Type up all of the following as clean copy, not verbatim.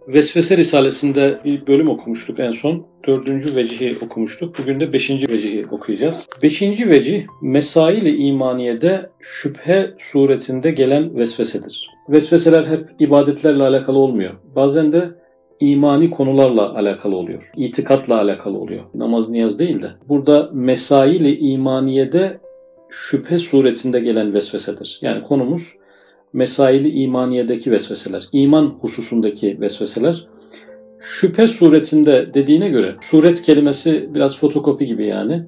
Vesvese Risalesi'nde bir bölüm okumuştuk en son. 4. vecihi okumuştuk. Bugün de 5. vecihi okuyacağız. 5. vecih, mesail-i imaniyede şüphe suretinde gelen vesvesedir. Vesveseler hep ibadetlerle alakalı olmuyor. Bazen de imani konularla alakalı oluyor. İtikatla alakalı oluyor. Namaz niyaz değil de. Burada mesail-i imaniyede şüphe suretinde gelen vesvesedir. Yani konumuz mesail-i imaniyedeki vesveseler, iman hususundaki vesveseler. Şüphe suretinde dediğine göre, suret kelimesi biraz fotokopi gibi yani.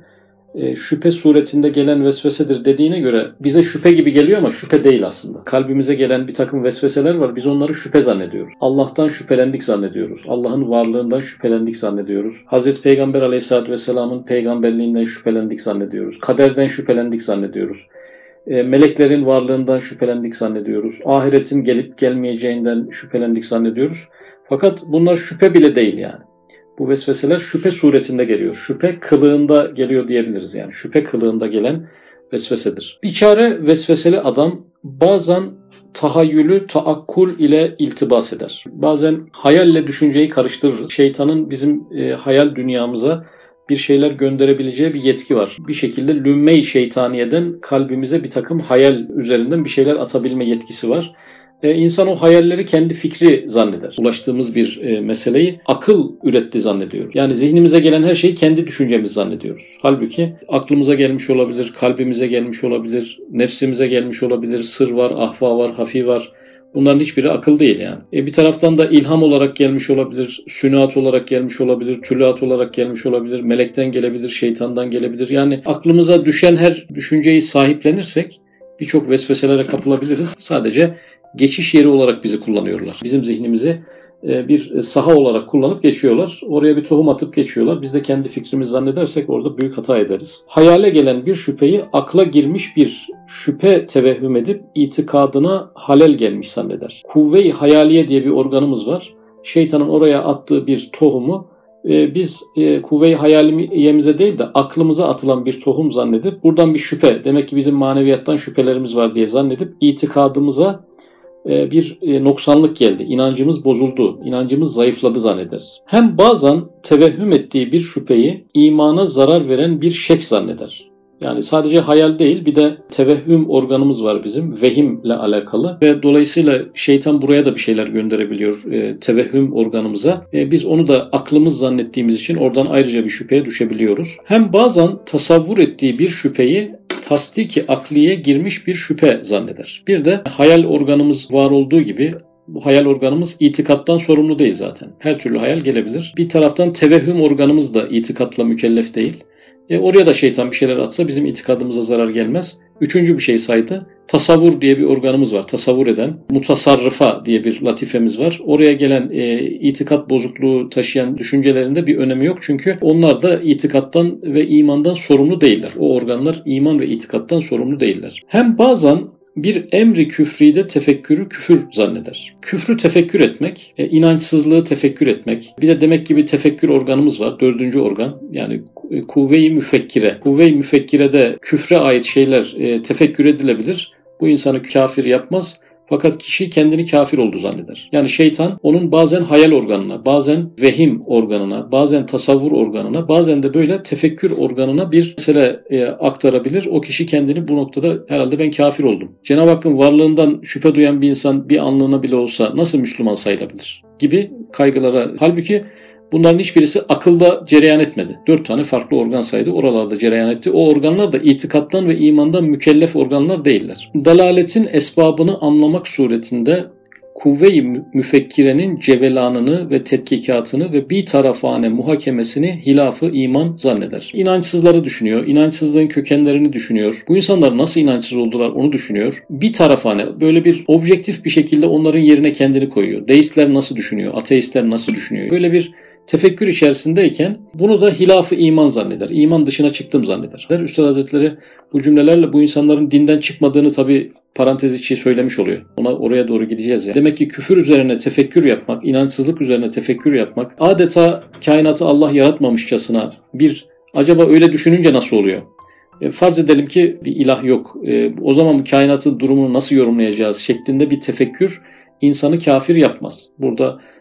Şüphe suretinde gelen vesvesedir dediğine göre bize şüphe gibi geliyor ama şüphe değil aslında. Kalbimize gelen bir takım vesveseler var. Biz onları şüphe zannediyoruz. Allah'tan şüphelendik zannediyoruz. Allah'ın varlığından şüphelendik zannediyoruz. Hazreti Peygamber Aleyhisselatü Vesselam'ın peygamberliğinden şüphelendik zannediyoruz. Kaderden şüphelendik zannediyoruz. Meleklerin varlığından şüphelendik zannediyoruz. Ahiretin gelip gelmeyeceğinden şüphelendik zannediyoruz. Fakat bunlar şüphe bile değil yani. Bu vesveseler şüphe suretinde geliyor. Şüphe kılığında geliyor diyebiliriz yani. Şüphe kılığında gelen vesvesedir. Biçare vesveseli adam bazen tahayyülü taakkul ile iltibas eder. Bazen hayalle düşünceyi karıştırırız. Şeytanın bizim hayal dünyamıza bir şeyler gönderebileceği bir yetki var. Bir şekilde lümme-i şeytaniyeden kalbimize bir takım hayal üzerinden bir şeyler atabilme yetkisi var. İnsan o hayalleri kendi fikri zanneder. Ulaştığımız bir meseleyi akıl üretti zannediyoruz. Yani zihnimize gelen her şeyi kendi düşüncemiz zannediyoruz. Halbuki aklımıza gelmiş olabilir, kalbimize gelmiş olabilir, nefsimize gelmiş olabilir, sır var, ahva var, hafi var. Bunların hiçbiri akıl değil yani. Bir taraftan da ilham olarak gelmiş olabilir, sünat olarak gelmiş olabilir, tülat olarak gelmiş olabilir, melekten gelebilir, şeytandan gelebilir. Yani aklımıza düşen her düşünceyi sahiplenirsek birçok vesveselere kapılabiliriz. Sadece geçiş yeri olarak bizi kullanıyorlar. Bizim zihnimizi bir saha olarak kullanıp geçiyorlar. Oraya bir tohum atıp geçiyorlar. Biz de kendi fikrimiz zannedersek orada büyük hata ederiz. Hayale gelen bir şüpheyi akla girmiş bir şüphe tevehhüm edip itikadına halel gelmiş zanneder. Kuvve-i hayaliye diye bir organımız var. Şeytanın oraya attığı bir tohumu biz kuvve-i hayaliyemize değil de aklımıza atılan bir tohum zannedip buradan bir şüphe, demek ki bizim maneviyattan şüphelerimiz var diye zannedip itikadımıza bir noksanlık geldi. İnancımız bozuldu. İnancımız zayıfladı zannederiz. Hem bazen tevehhüm ettiği bir şüpheyi imana zarar veren bir şek zanneder. Yani sadece hayal değil, bir de tevehhüm organımız var bizim. Vehimle alakalı. Ve dolayısıyla şeytan buraya da bir şeyler gönderebiliyor tevehhüm organımıza. Biz onu da aklımız zannettiğimiz için oradan ayrıca bir şüpheye düşebiliyoruz. Hem bazen tasavvur ettiği bir şüpheyi tasdiki akliye girmiş bir şüphe zanneder. Bir de hayal organımız var olduğu gibi bu hayal organımız itikattan sorumlu değil zaten. Her türlü hayal gelebilir. Bir taraftan tevehhüm organımız da itikatla mükellef değil. Oraya da şeytan bir şeyler atsa bizim itikadımıza zarar gelmez. Üçüncü bir şey saydı. Tasavvur diye bir organımız var. Tasavvur eden. Mutasarrıfa diye bir latifemiz var. Oraya gelen itikat bozukluğu taşıyan düşüncelerinde bir önemi yok. Çünkü onlar da itikattan ve imandan sorumlu değiller. O organlar iman ve itikattan sorumlu değiller. Hem bazen bir emri küfride tefekkürü küfür zanneder. Küfrü tefekkür etmek, inançsızlığı tefekkür etmek. Bir de demek ki bir tefekkür organımız var. 4. organ. Yani kuvve-i müfekkire. Kuvve-i müfekkirede küfre ait şeyler tefekkür edilebilir. Bu insanı kafir yapmaz. Fakat kişi kendini kafir oldu zanneder. Yani şeytan onun bazen hayal organına, bazen vehim organına, bazen tasavvur organına, bazen de böyle tefekkür organına bir mesele aktarabilir. O kişi kendini bu noktada herhalde ben kafir oldum. Cenab-ı Hakk'ın varlığından şüphe duyan bir insan bir anlığına bile olsa nasıl Müslüman sayılabilir gibi kaygılara. Halbuki bunların hiçbirisi akılda cereyan etmedi. 4 tane farklı organ saydı. Oralarda cereyan etti. O organlar da itikattan ve imandan mükellef organlar değiller. Dalaletin esbabını anlamak suretinde kuvve-i müfekkirenin cevelanını ve tetkikatını ve bir tarafane muhakemesini hilafı iman zanneder. İnançsızları düşünüyor. İnançsızlığın kökenlerini düşünüyor. Bu insanlar nasıl inançsız oldular onu düşünüyor. Bir tarafane böyle bir objektif bir şekilde onların yerine kendini koyuyor. Deistler nasıl düşünüyor? Ateistler nasıl düşünüyor? Böyle bir tefekkür içerisindeyken bunu da hilaf-ı iman zanneder. İman dışına çıktım zanneder. Üstad Hazretleri bu cümlelerle bu insanların dinden çıkmadığını tabi parantez içi söylemiş oluyor. Oraya doğru gideceğiz ya. Demek ki küfür üzerine tefekkür yapmak, inançsızlık üzerine tefekkür yapmak, adeta kainatı Allah yaratmamışçasına bir acaba öyle düşününce nasıl oluyor? Farz edelim ki bir ilah yok. O zaman bu kainatın durumunu nasıl yorumlayacağız şeklinde bir tefekkür insanı kafir yapmaz. Burada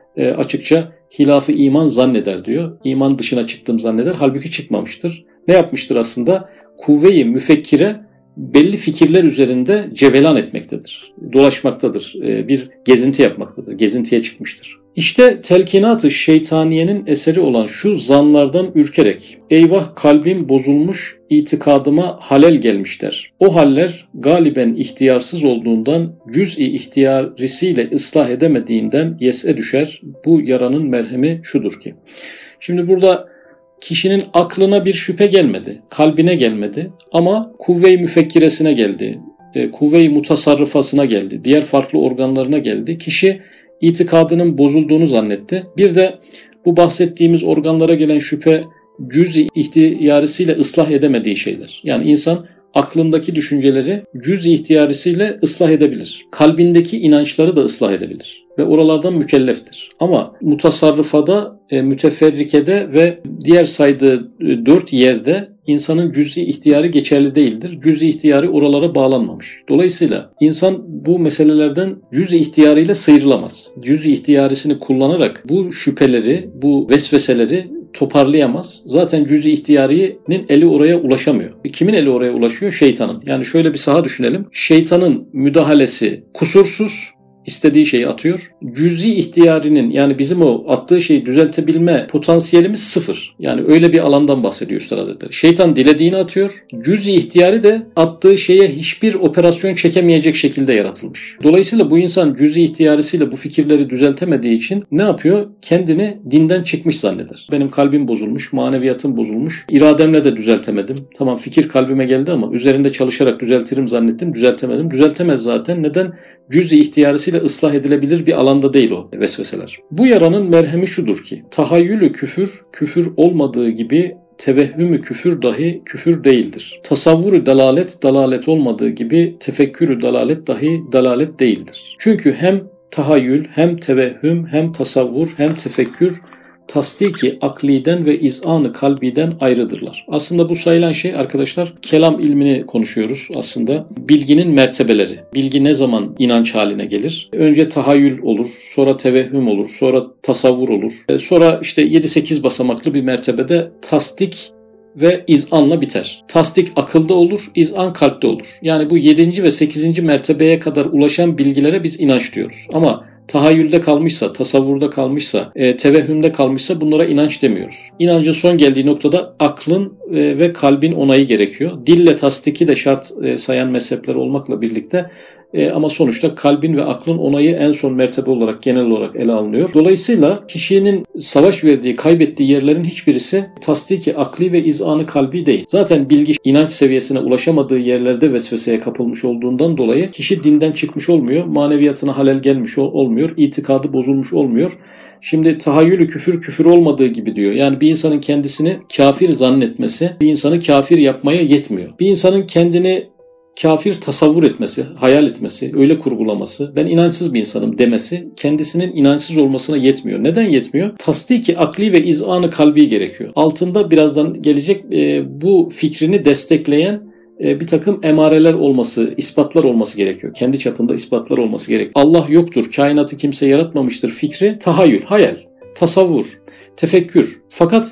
açıkça hilaf-ı iman zanneder diyor. İman dışına çıktım zanneder. Halbuki çıkmamıştır. Ne yapmıştır aslında? Kuvve-i müfekkire belli fikirler üzerinde cevelan etmektedir. Dolaşmaktadır. Bir gezinti yapmaktadır. Gezintiye çıkmıştır. İşte telkinat-ı şeytaniyenin eseri olan şu zanlardan ürkerek eyvah kalbim bozulmuş, itikadıma halel gelmişler. O haller galiben ihtiyarsız olduğundan cüz-i ihtiyarisiyle ıslah edemediğinden yes'e düşer. Bu yaranın merhemi şudur ki. Şimdi burada kişinin aklına bir şüphe gelmedi, kalbine gelmedi ama kuvve-i müfekkiresine geldi, kuvve-i mutasarrıfasına geldi, diğer farklı organlarına geldi. Kişi itikadının bozulduğunu zannetti. Bir de bu bahsettiğimiz organlara gelen şüphe cüz-i ihtiyarisiyle ıslah edemediği şeyler. Yani insan aklındaki düşünceleri cüz-i ihtiyarisiyle ıslah edebilir. Kalbindeki inançları da ıslah edebilir. Ve oralardan mükelleftir. Ama mutasarrıfada, müteferrikede ve diğer saydığı 4 yerde insanın cüz-i ihtiyarı geçerli değildir. Cüz-i ihtiyarı oralara bağlanmamış. Dolayısıyla insan bu meselelerden cüz-i ihtiyarıyla sıyrılamaz. Cüz-i ihtiyarisini kullanarak bu şüpheleri, bu vesveseleri toparlayamaz. Zaten cüz-i ihtiyarinin eli oraya ulaşamıyor. Kimin eli oraya ulaşıyor? Şeytanın. Yani şöyle bir saha düşünelim. Şeytanın müdahalesi kusursuz, istediği şeyi atıyor. Cüz-i ihtiyarinin yani bizim o attığı şeyi düzeltebilme potansiyelimiz sıfır. Yani öyle bir alandan bahsediyor Üstad Hazretleri. Şeytan dilediğini atıyor. Cüz-i ihtiyarı da attığı şeye hiçbir operasyon çekemeyecek şekilde yaratılmış. Dolayısıyla bu insan cüz-i ihtiyarisiyle bu fikirleri düzeltemediği için ne yapıyor? Kendini dinden çıkmış zanneder. Benim kalbim bozulmuş, maneviyatım bozulmuş. İrademle de düzeltemedim. Tamam fikir kalbime geldi ama üzerinde çalışarak düzeltirim zannettim. Düzeltemedim. Düzeltemez zaten. Neden? Cüz-i ihtiyarisiyle ıslah edilebilir bir alanda değil o vesveseler. Bu yaranın merhemi şudur ki tahayyülü küfür, küfür olmadığı gibi tevehhümü küfür dahi küfür değildir. Tasavvuru dalalet, dalalet olmadığı gibi tefekkürü dalalet dahi dalalet değildir. Çünkü hem tahayyül, hem tevehhüm, hem tasavvur, hem tefekkür tasdiki akliden ve izanı kalbiden ayrıdırlar. Aslında bu sayılan şey arkadaşlar kelam ilmini konuşuyoruz aslında. Bilginin mertebeleri. Bilgi ne zaman inanç haline gelir? Önce tahayyül olur, sonra tevehhüm olur, sonra tasavvur olur. Sonra işte 7-8 basamaklı bir mertebede tasdik ve izanla biter. Tasdik akılda olur, izan kalpte olur. Yani bu 7. ve 8. mertebeye kadar ulaşan bilgilere biz inanç diyoruz. Ama tahayyülde kalmışsa, tasavvurda kalmışsa, tevehhümde kalmışsa bunlara inanç demiyoruz. İnancın son geldiği noktada aklın ve kalbin onayı gerekiyor. Dille tasdiki de şart sayan mezhepler olmakla birlikte ama sonuçta kalbin ve aklın onayı en son mertebe olarak genel olarak ele alınıyor. Dolayısıyla kişinin savaş verdiği, kaybettiği yerlerin hiçbirisi tasdiki akli ve izanı kalbi değil. Zaten bilgi inanç seviyesine ulaşamadığı yerlerde vesveseye kapılmış olduğundan dolayı kişi dinden çıkmış olmuyor, maneviyatına halel gelmiş olmuyor, itikadı bozulmuş olmuyor. Şimdi tahayyülü küfür küfür olmadığı gibi diyor. Yani bir insanın kendisini kafir zannetmesi bir insanı kafir yapmaya yetmiyor. Bir insanın kendini kafir tasavvur etmesi, hayal etmesi, öyle kurgulaması, ben inançsız bir insanım demesi kendisinin inançsız olmasına yetmiyor. Neden yetmiyor? Tasdiki akli ve izanı kalbi gerekiyor. Altında birazdan gelecek bu fikrini destekleyen bir takım emareler olması, ispatlar olması gerekiyor. Kendi çapında ispatlar olması gerekiyor. Allah yoktur, kainatı kimse yaratmamıştır fikri tahayyül, hayal, tasavvur, tefekkür. Fakat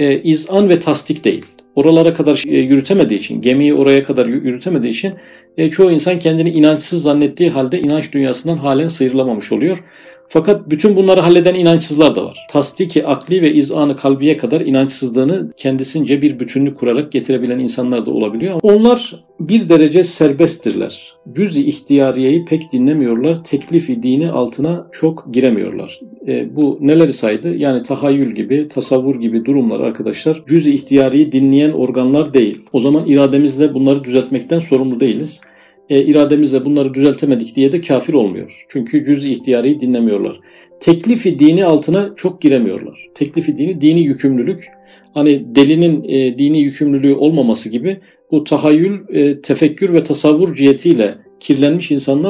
izan ve tasdik değil. Oralara kadar yürütemediği için, gemiyi oraya kadar yürütemediği için çoğu insan kendini inançsız zannettiği halde inanç dünyasından halen sıyrılamamış oluyor. Fakat bütün bunları halleden inançsızlar da var. Tasdiki akli ve izanı kalbiye kadar inançsızlığını kendisince bir bütünlük kurarak getirebilen insanlar da olabiliyor. Onlar bir derece serbesttirler. Cüz-i ihtiyariyeyi pek dinlemiyorlar. Teklifi dini altına çok giremiyorlar. Bu neleri saydı? Yani tahayyül gibi, tasavvur gibi durumlar arkadaşlar cüz-i ihtiyariyi dinleyen organlar değil. O zaman irademizle bunları düzeltmekten sorumlu değiliz. İrademizle bunları düzeltemedik diye de kafir olmuyoruz. Çünkü cüz-i ihtiyariyi dinlemiyorlar. Teklifi dini altına çok giremiyorlar. Teklifi dini, dini yükümlülük. Hani delinin dini yükümlülüğü olmaması gibi bu tahayyül, tefekkür ve tasavvur cihetiyle kirlenmiş insanlar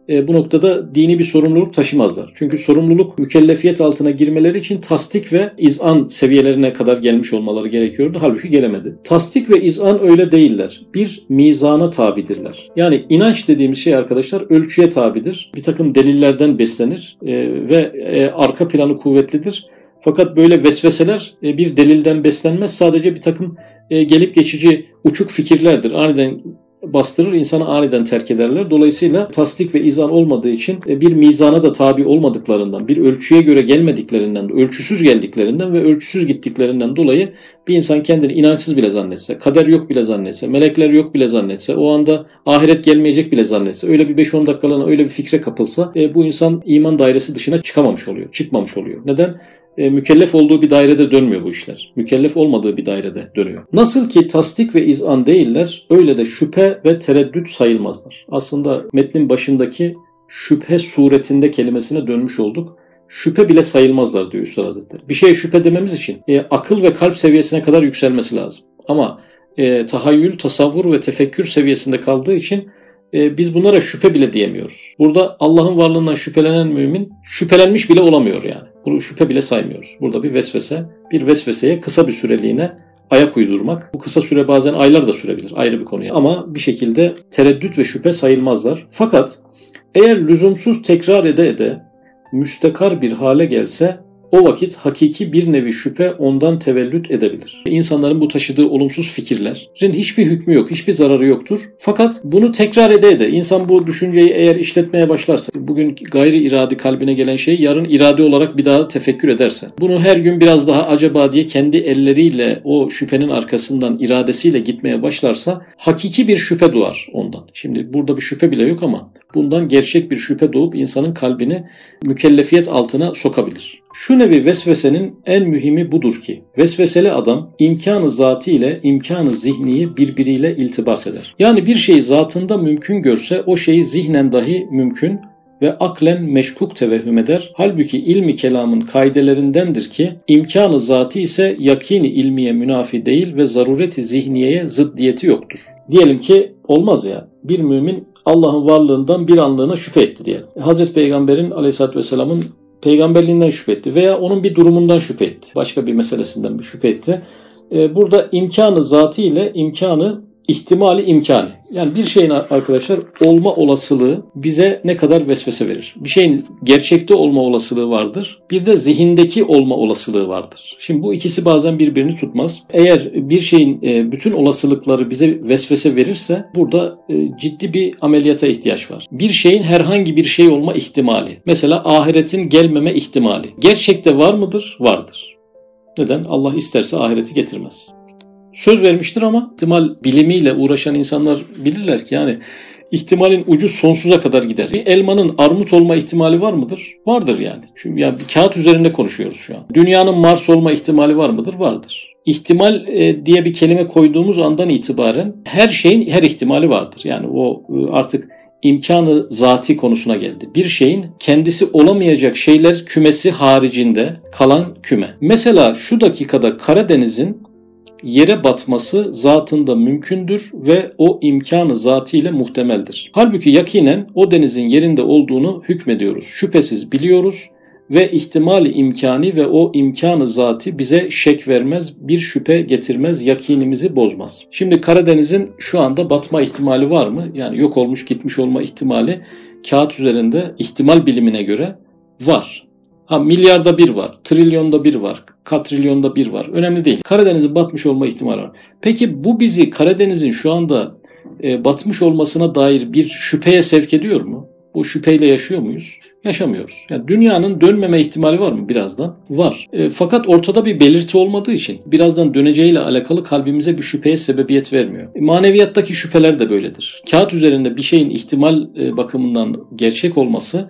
bu noktada dini bir sorumluluk taşımazlar. Çünkü sorumluluk mükellefiyet altına girmeleri için tasdik ve izan seviyelerine kadar gelmiş olmaları gerekiyordu. Halbuki gelemedi. Tasdik ve izan öyle değiller. Bir mizana tabidirler. Yani inanç dediğimiz şey arkadaşlar ölçüye tabidir. Bir takım delillerden beslenir ve arka planı kuvvetlidir. Fakat böyle vesveseler bir delilden beslenmez. Sadece bir takım gelip geçici uçuk fikirlerdir. Aniden bastırır, insanı aniden terk ederler. Dolayısıyla tasdik ve izan olmadığı için bir mizana da tabi olmadıklarından, bir ölçüye göre gelmediklerinden, ölçüsüz geldiklerinden ve ölçüsüz gittiklerinden dolayı bir insan kendini inançsız bile zannetse, kader yok bile zannetse, melekler yok bile zannetse, o anda ahiret gelmeyecek bile zannetse, öyle bir 5-10 dakikalığına öyle bir fikre kapılsa bu insan iman dairesi dışına çıkmamış oluyor. Neden? Mükellef olduğu bir dairede dönmüyor bu işler. Mükellef olmadığı bir dairede dönüyor. Nasıl ki tasdik ve izan değiller, öyle de şüphe ve tereddüt sayılmazlar. Aslında metnin başındaki şüphe suretinde kelimesine dönmüş olduk. Şüphe bile sayılmazlar diyor Üstad Hazretleri. Bir şeye şüphe dememiz için akıl ve kalp seviyesine kadar yükselmesi lazım. Ama tahayyül, tasavvur ve tefekkür seviyesinde kaldığı için biz bunlara şüphe bile diyemiyoruz. Burada Allah'ın varlığından şüphelenen mümin şüphelenmiş bile olamıyor yani. Bunu şüphe bile saymıyoruz. Burada bir vesveseye kısa bir süreliğine ayak uydurmak. Bu kısa süre bazen aylar da sürebilir, ayrı bir konu. Ama bir şekilde tereddüt ve şüphe sayılmazlar. Fakat eğer lüzumsuz tekrar ede müstekar bir hale gelse o vakit hakiki bir nevi şüphe ondan tevellüt edebilir. İnsanların bu taşıdığı olumsuz fikirlerin hiçbir hükmü yok, hiçbir zararı yoktur. Fakat bunu tekrar ede insan bu düşünceyi eğer işletmeye başlarsa, bugün gayri iradi kalbine gelen şeyi yarın irade olarak bir daha tefekkür ederse, bunu her gün biraz daha acaba diye kendi elleriyle o şüphenin arkasından iradesiyle gitmeye başlarsa hakiki bir şüphe doğar ondan. Şimdi burada bir şüphe bile yok ama bundan gerçek bir şüphe doğup insanın kalbini mükellefiyet altına sokabilir. Şu nevi vesvesenin en mühimi budur ki, vesveseli adam imkanı zatı ile imkanı zihniyi birbiriyle iltibas eder. Yani bir şeyi zatında mümkün görse o şeyi zihnen dahi mümkün ve aklen meşkuk tevehhüm eder. Halbuki ilmi kelamın kaidelerindendir ki imkanı zatı ise yakini ilmiye münafi değil ve zarureti zihniyeye zıddiyeti yoktur. Diyelim ki olmaz ya, bir mümin Allah'ın varlığından bir anlığına şüphe etti diyelim. Hazreti Peygamber'in aleyhissalatü vesselamın peygamberliğinden şüphe etti veya onun bir durumundan şüphe etti. Başka bir meselesinden bir şüphe etti. Burada imkanı zatı ile imkanı ihtimali imkanı. Yani bir şeyin arkadaşlar olma olasılığı bize ne kadar vesvese verir. Bir şeyin gerçekte olma olasılığı vardır. Bir de zihindeki olma olasılığı vardır. Şimdi bu ikisi bazen birbirini tutmaz. Eğer bir şeyin bütün olasılıkları bize vesvese verirse burada ciddi bir ameliyata ihtiyaç var. Bir şeyin herhangi bir şey olma ihtimali. Mesela ahiretin gelmeme ihtimali. Gerçekte var mıdır? Vardır. Neden? Allah isterse ahireti getirmez. Söz vermiştir ama ihtimal bilimiyle uğraşan insanlar bilirler ki yani ihtimalin ucu sonsuza kadar gider. Bir elmanın armut olma ihtimali var mıdır? Vardır yani. Çünkü yani bir kağıt üzerinde konuşuyoruz şu an. Dünyanın Mars olma ihtimali var mıdır? Vardır. İhtimal diye bir kelime koyduğumuz andan itibaren her şeyin her ihtimali vardır. Yani o artık imkanı zati konusuna geldi. Bir şeyin kendisi olamayacak şeyler kümesi haricinde kalan küme. Mesela şu dakikada Karadeniz'in yere batması zatında mümkündür ve o imkanı zatıyla muhtemeldir. Halbuki yakinen o denizin yerinde olduğunu hükmediyoruz. Şüphesiz biliyoruz ve ihtimali imkani ve o imkanı zati bize şek vermez, bir şüphe getirmez, yakinimizi bozmaz. Şimdi Karadeniz'in şu anda batma ihtimali var mı? Yani yok olmuş gitmiş olma ihtimali kağıt üzerinde ihtimal bilimine göre var. Milyarda bir var, trilyonda bir var, katrilyonda bir var. Önemli değil. Karadeniz'in batmış olma ihtimali var. Peki bu bizi Karadeniz'in şu anda batmış olmasına dair bir şüpheye sevk ediyor mu? Bu şüpheyle yaşıyor muyuz? Yaşamıyoruz. Yani dünyanın dönmeme ihtimali var mı? Birazdan var. Fakat ortada bir belirti olmadığı için birazdan döneceğiyle alakalı kalbimize bir şüpheye sebebiyet vermiyor. Maneviyattaki şüpheler de böyledir. Kağıt üzerinde bir şeyin ihtimal bakımından gerçek olması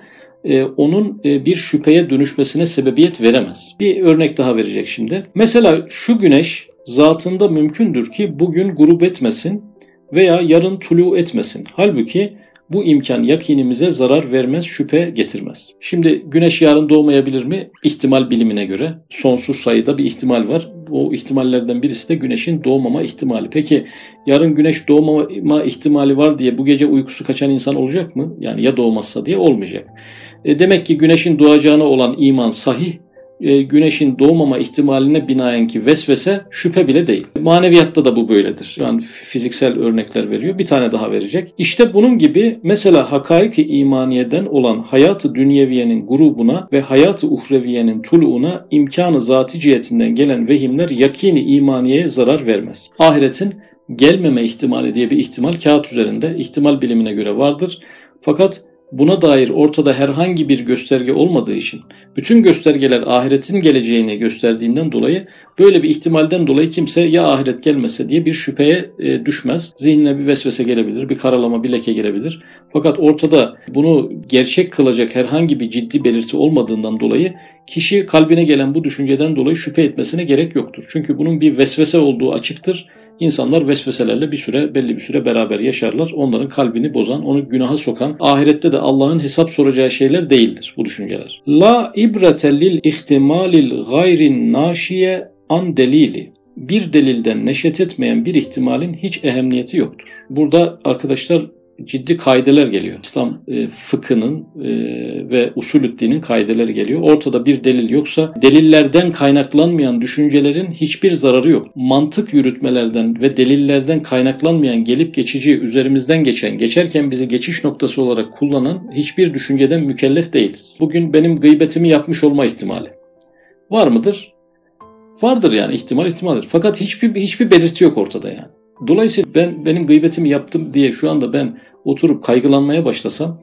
onun bir şüpheye dönüşmesine sebebiyet veremez. Bir örnek daha verecek şimdi. Mesela şu güneş zatında mümkündür ki bugün grup etmesin veya yarın tulu etmesin. Halbuki Bu imkan yakinimize zarar vermez, şüphe getirmez. Şimdi güneş yarın doğmayabilir mi? İhtimal bilimine göre sonsuz sayıda bir ihtimal var. O ihtimallerden birisi de güneşin doğmama ihtimali. Peki yarın güneş doğmama ihtimali var diye bu gece uykusu kaçan insan olacak mı? Yani ya doğmazsa diye olmayacak. Demek ki güneşin doğacağına olan iman sahih. Güneşin doğmama ihtimaline binaen ki vesvese şüphe bile değil. Maneviyatta da bu böyledir. Şu an fiziksel örnekler veriyor. Bir tane daha verecek. İşte bunun gibi mesela hakaik-i imaniyeden olan hayat-ı dünyeviyenin grubuna ve hayat-ı uhreviyenin tuluğuna imkanı zati cihetinden gelen vehimler yakini imaniyeye zarar vermez. Ahiretin gelmeme ihtimali diye bir ihtimal kağıt üzerinde ihtimal bilimine göre vardır. Fakat buna dair ortada herhangi bir gösterge olmadığı için, bütün göstergeler ahiretin geleceğini gösterdiğinden dolayı böyle bir ihtimalden dolayı kimse ya ahiret gelmese diye bir şüpheye düşmez. Zihnine bir vesvese gelebilir, bir karalama, bir leke gelebilir. Fakat ortada bunu gerçek kılacak herhangi bir ciddi belirti olmadığından dolayı kişi kalbine gelen bu düşünceden dolayı şüphe etmesine gerek yoktur. Çünkü bunun bir vesvese olduğu açıktır. İnsanlar vesveselerle belli bir süre beraber yaşarlar. Onların kalbini bozan, onu günaha sokan, ahirette de Allah'ın hesap soracağı şeyler değildir bu düşünceler. La ibrete lil ihtimalil gayrin naşiye an delili. Bir delilden neşet etmeyen bir ihtimalin hiç ehemmiyeti yoktur. Burada arkadaşlar ciddi kaideler geliyor. İslam fıkhının ve usulüddinin kaideleri geliyor. Ortada bir delil yoksa delillerden kaynaklanmayan düşüncelerin hiçbir zararı yok. Mantık yürütmelerden ve delillerden kaynaklanmayan gelip geçici üzerimizden geçerken bizi geçiş noktası olarak kullanan hiçbir düşünceden mükellef değiliz. Bugün benim gıybetimi yapmış olma ihtimali var mıdır? Vardır yani ihtimaldir. Fakat hiçbir belirti yok ortada yani. Dolayısıyla benim gıybetimi yaptım diye şu anda ben oturup kaygılanmaya başlasam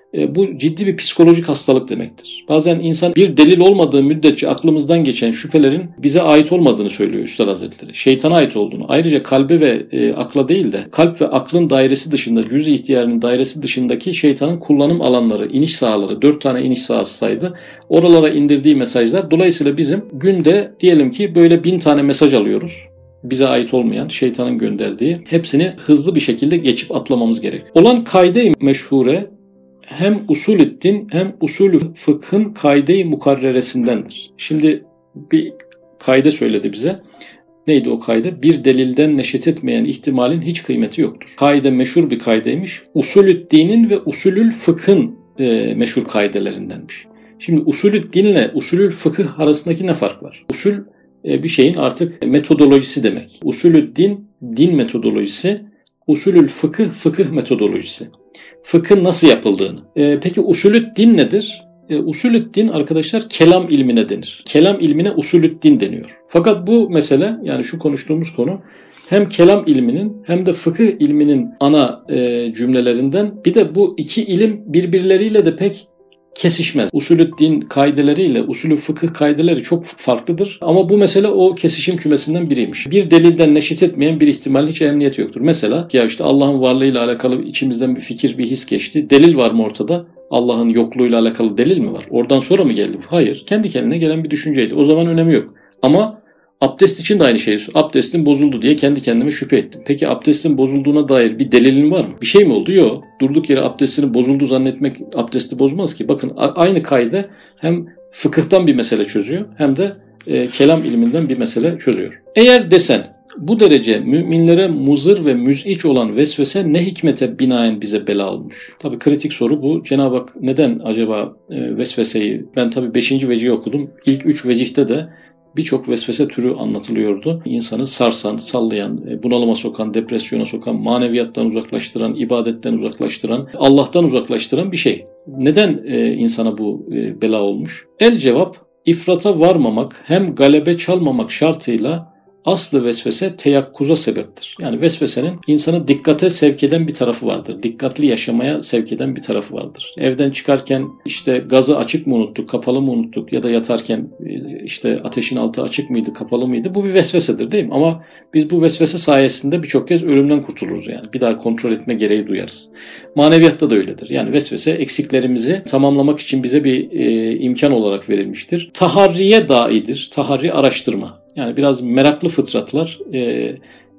bu ciddi bir psikolojik hastalık demektir. Bazen insan bir delil olmadığı müddetçe aklımızdan geçen şüphelerin bize ait olmadığını söylüyor Üstad Hazretleri. Şeytana ait olduğunu. Ayrıca kalbe ve akla değil de kalp ve aklın dairesi dışında, cüz-i ihtiyarının dairesi dışındaki şeytanın kullanım alanları, iniş sahaları, 4 tane iniş sahası saydı. Oralara indirdiği mesajlar. Dolayısıyla bizim günde diyelim ki böyle 1000 tane mesaj alıyoruz. Bize ait olmayan, şeytanın gönderdiği, hepsini hızlı bir şekilde geçip atlamamız gerek. Olan kaide-i meşhure hem usulü din hem usulü fıkhın kaide-i mukarreresindendir. Şimdi bir kaide söyledi bize. Neydi o kaide? Bir delilden neşet etmeyen ihtimalin hiç kıymeti yoktur. Kaide meşhur bir kaideymiş. Usulü dinin ve usulül fıkhın meşhur kaidelerindenmiş. Şimdi usulü dinle usulül fıkıh arasındaki ne fark var? Usul bir şeyin artık metodolojisi demek. Usulü din metodolojisi, usulül fıkıh metodolojisi. Fıkhın nasıl yapıldığını. Peki usulü din nedir? Usulü din arkadaşlar kelam ilmine denir. Kelam ilmine usulü din deniyor. Fakat bu mesele yani şu konuştuğumuz konu hem kelam ilminin hem de fıkıh ilminin ana cümlelerinden bir de bu iki ilim birbirleriyle de pek kesişmez. Usulü din kaideleriyle usulü fıkıh kaideleri çok farklıdır. Ama bu mesele o kesişim kümesinden biriymiş. Bir delilden neşit etmeyen bir ihtimal hiç emniyeti yoktur. Mesela ya işte Allah'ın varlığıyla alakalı içimizden bir fikir, bir his geçti. Delil var mı ortada? Allah'ın yokluğuyla alakalı delil mi var? Oradan sonra mı geldi? Hayır. Kendi kendine gelen bir düşünceydi. O zaman önemi yok. Ama abdest için de aynı şeyi. Abdestin bozuldu diye kendi kendime şüphe ettim. Peki abdestin bozulduğuna dair bir delilin var mı? Bir şey mi oldu? Yok. Durduk yere abdestini bozuldu zannetmek abdesti bozmaz ki. Bakın aynı kaide hem fıkıhtan bir mesele çözüyor hem de kelam ilminden bir mesele çözüyor. Eğer desen bu derece müminlere muzır ve müz'iç olan vesvese ne hikmete binaen bize bela olmuş? Tabii kritik soru bu. Cenab-ı Hak neden acaba vesveseyi, ben tabii 5. vecihi okudum. İlk 3 vecihte de birçok vesvese türü anlatılıyordu. İnsanı sarsan, sallayan, bunalıma sokan, depresyona sokan, maneviyattan uzaklaştıran, ibadetten uzaklaştıran, Allah'tan uzaklaştıran bir şey. Neden insana bu bela olmuş? El cevap, ifrata varmamak hem galebe çalmamak şartıyla aslı vesvese teyakkuza sebeptir. Yani vesvesenin insanı dikkate sevk eden bir tarafı vardır. Dikkatli yaşamaya sevk eden bir tarafı vardır. Evden çıkarken işte gazı açık mı unuttuk, kapalı mı unuttuk ya da yatarken işte ateşin altı açık mıydı, kapalı mıydı? Bu bir vesvesedir değil mi? Ama biz bu vesvese sayesinde birçok kez ölümden kurtuluruz yani. Bir daha kontrol etme gereği duyarız. Maneviyatta da öyledir. Yani vesvese eksiklerimizi tamamlamak için bize bir imkan olarak verilmiştir. Taharriye daidir. Taharri araştırma. Yani biraz meraklı fıtratlar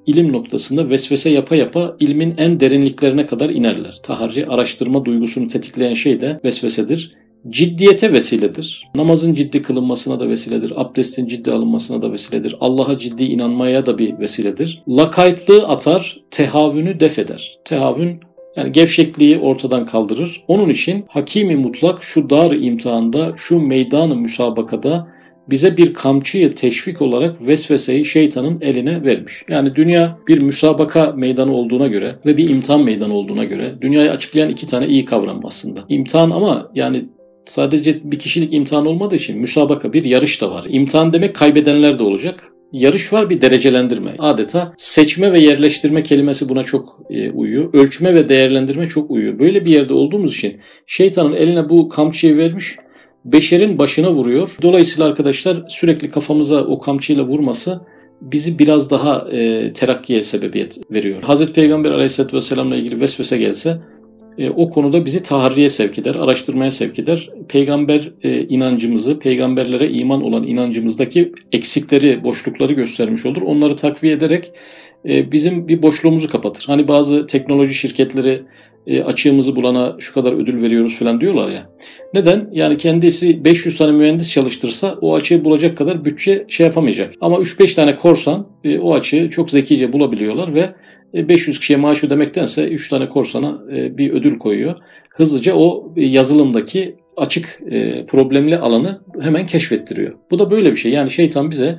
ilim noktasında vesvese yapa yapa ilmin en derinliklerine kadar inerler. Taharri, araştırma duygusunu tetikleyen şey de vesvesedir. Ciddiyete vesiledir. Namazın ciddi kılınmasına da vesiledir. Abdestin ciddi alınmasına da vesiledir. Allah'a ciddi inanmaya da bir vesiledir. Lakaytlığı atar, tehavünü def eder. Tehavün yani gevşekliği ortadan kaldırır. Onun için Hakim-i Mutlak şu dar imtihanda, şu meydan-ı müsabakada bize bir kamçıyı teşvik olarak vesveseyi şeytanın eline vermiş. Yani dünya bir müsabaka meydanı olduğuna göre ve bir imtihan meydanı olduğuna göre dünyayı açıklayan iki tane iyi kavram aslında. İmtihan ama yani sadece bir kişilik imtihan olmadığı için müsabaka, bir yarış da var. İmtihan demek kaybedenler de olacak. Yarış var, bir derecelendirme. Adeta seçme ve yerleştirme kelimesi buna çok uyuyor. Ölçme ve değerlendirme çok uyuyor. Böyle bir yerde olduğumuz için şeytanın eline bu kamçıyı vermiş, beşerin başına vuruyor. Dolayısıyla arkadaşlar sürekli kafamıza o kamçıyla vurması bizi biraz daha terakkiye sebebiyet veriyor. Hazreti Peygamber Aleyhisselatü Vesselam'la ilgili vesvese gelse o konuda bizi taharriye sevk eder, araştırmaya sevk eder. Peygamber inancımızı, peygamberlere iman olan inancımızdaki eksikleri, boşlukları göstermiş olur. Onları takviye ederek bizim bir boşluğumuzu kapatır. Hani bazı teknoloji şirketleri açığımızı bulana şu kadar ödül veriyoruz falan diyorlar ya. Neden? Yani kendisi 500 tane mühendis çalıştırsa o açığı bulacak kadar bütçe yapamayacak. Ama 3-5 tane korsan o açığı çok zekice bulabiliyorlar ve 500 kişiye maaş ödemektense 3 tane korsana bir ödül koyuyor. Hızlıca o yazılımdaki açık problemli alanı hemen keşfettiriyor. Bu da böyle bir şey. Yani şeytan bize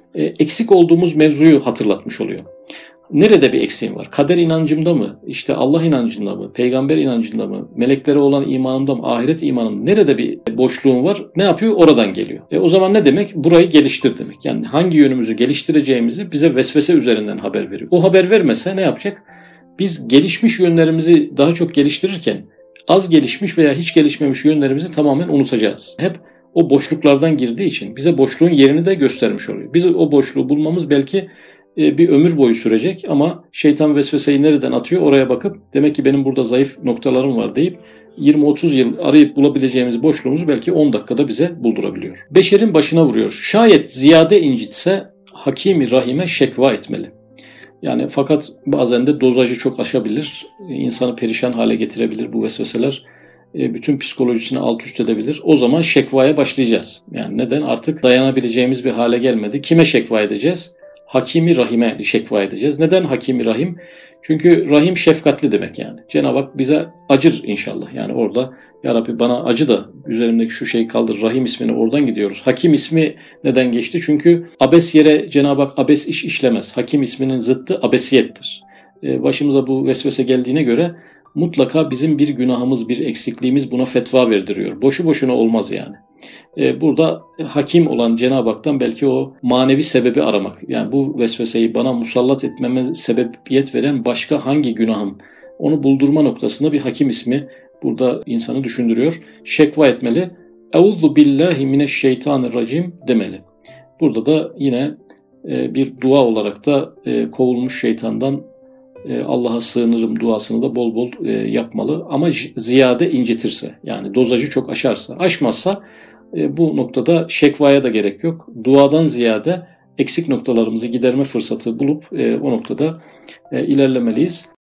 eksik olduğumuz mevzuyu hatırlatmış oluyor. Nerede bir eksiğim var? Kader inancımda mı? İşte Allah inancında mı? Peygamber inancında mı? Meleklere olan imanımda mı? Ahiret imanım? Nerede bir boşluğum var? Ne yapıyor? Oradan geliyor. O zaman ne demek? Burayı geliştir demek. Yani hangi yönümüzü geliştireceğimizi bize vesvese üzerinden haber veriyor. O haber vermese ne yapacak? Biz gelişmiş yönlerimizi daha çok geliştirirken az gelişmiş veya hiç gelişmemiş yönlerimizi tamamen unutacağız. Hep o boşluklardan girdiği için bize boşluğun yerini de göstermiş oluyor. Biz o boşluğu bulmamız belki bir ömür boyu sürecek ama şeytan vesveseyi nereden atıyor oraya bakıp demek ki benim burada zayıf noktalarım var deyip 20-30 yıl arayıp bulabileceğimiz boşluğumuzu belki 10 dakikada bize buldurabiliyor. Beşerin başına vuruyor. Şayet ziyade incitse Hakim-i Rahim'e şekva etmeli. Yani fakat bazen de dozajı çok aşabilir. İnsanı perişan hale getirebilir bu vesveseler. Bütün psikolojisini alt üst edebilir. O zaman şekvaya başlayacağız. Yani neden? Artık dayanabileceğimiz bir hale gelmedi. Kime şekva edeceğiz? Hakimi Rahim'e şekva edeceğiz. Neden Hakimi Rahim? Çünkü Rahim şefkatli demek yani. Cenab-ı Hak bize acır inşallah. Yani orada ya Rabbi bana acı da üzerimdeki şu şeyi kaldır. Rahim ismine oradan gidiyoruz. Hakim ismi neden geçti? Çünkü abes yere Cenab-ı Hak abes iş işlemez. Hakim isminin zıttı abesiyettir. Başımıza bu vesvese geldiğine göre mutlaka bizim bir günahımız, bir eksikliğimiz buna fetva verdiriyor. Boşu boşuna olmaz yani. Burada hakim olan Cenab-ı Hak'tan belki o manevi sebebi aramak. Yani bu vesveseyi bana musallat etmeme sebebiyet veren başka hangi günahım? Onu buldurma noktasında bir hakim ismi burada insanı düşündürüyor. Şekva etmeli. Euzu billahi mineşşeytanirracim demeli. Burada da yine bir dua olarak da kovulmuş şeytandan Allah'a sığınırım duasını da bol bol yapmalı. Ama ziyade incitirse yani dozajı çok aşarsa, aşmazsa bu noktada şekvaya da gerek yok. Duadan ziyade eksik noktalarımızı giderme fırsatı bulup o noktada ilerlemeliyiz.